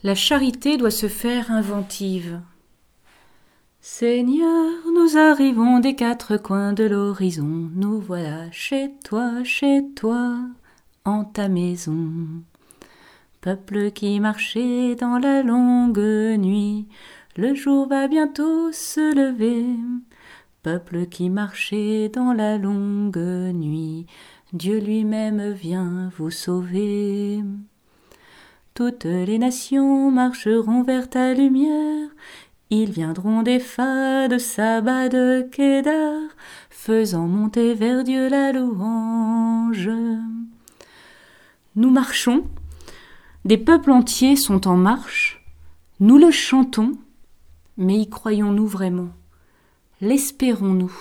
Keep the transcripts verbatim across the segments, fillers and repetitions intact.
La charité doit se faire inventive. Seigneur, nous arrivons des quatre coins de l'horizon, nous voilà chez toi, chez toi, en ta maison. Peuple qui marchait dans la longue nuit, le jour va bientôt se lever. Peuple qui marchait dans la longue nuit, Dieu lui-même vient vous sauver. Toutes les nations marcheront vers ta lumière, ils viendront des fades Saba de Kédar, faisant monter vers Dieu la louange. Nous marchons, des peuples entiers sont en marche, nous le chantons, mais y croyons-nous vraiment? L'espérons-nous?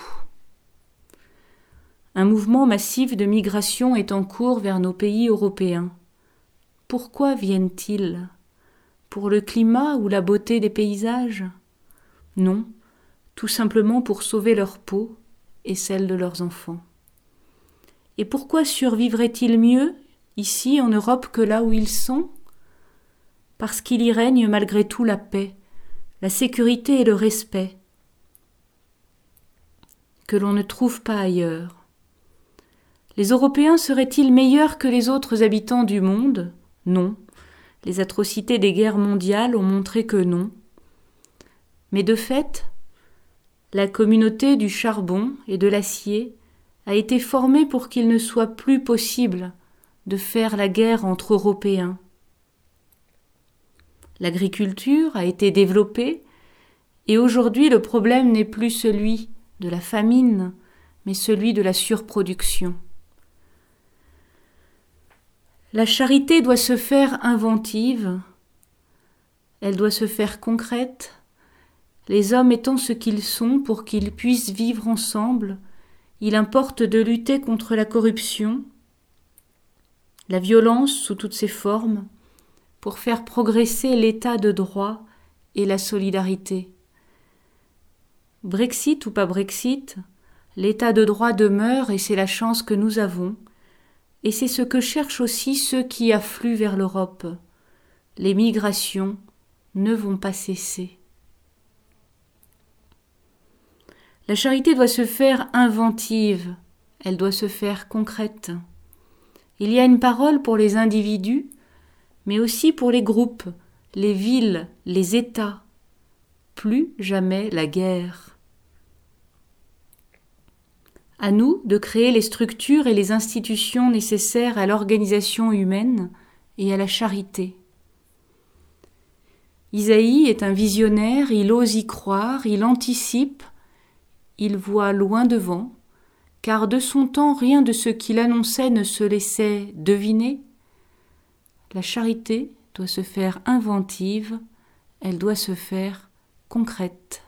Un mouvement massif de migration est en cours vers nos pays européens. Pourquoi viennent-ils? Pour le climat ou la beauté des paysages? Non, tout simplement pour sauver leur peau et celle de leurs enfants. Et pourquoi survivraient-ils mieux ici en Europe que là où ils sont? Parce qu'il y règne malgré tout la paix, la sécurité et le respect, que l'on ne trouve pas ailleurs. Les Européens seraient-ils meilleurs que les autres habitants du monde? Non. Les atrocités des guerres mondiales ont montré que non. Mais de fait, la communauté du charbon et de l'acier a été formée pour qu'il ne soit plus possible de faire la guerre entre Européens. L'agriculture a été développée et aujourd'hui le problème n'est plus celui de la famine, mais celui de la surproduction. La charité doit se faire inventive, elle doit se faire concrète, les hommes étant ce qu'ils sont pour qu'ils puissent vivre ensemble, il importe de lutter contre la corruption, la violence sous toutes ses formes, pour faire progresser l'état de droit et la solidarité. Brexit ou pas Brexit, l'état de droit demeure et c'est la chance que nous avons. Et c'est ce que cherchent aussi ceux qui affluent vers l'Europe. Les migrations ne vont pas cesser. La charité doit se faire inventive, elle doit se faire concrète. Il y a une parole pour les individus, mais aussi pour les groupes, les villes, les États. Plus jamais la guerre. À nous de créer les structures et les institutions nécessaires à l'organisation humaine et à la charité. Isaïe est un visionnaire, il ose y croire, il anticipe, il voit loin devant, car de son temps rien de ce qu'il annonçait ne se laissait deviner. La charité doit se faire inventive, elle doit se faire concrète.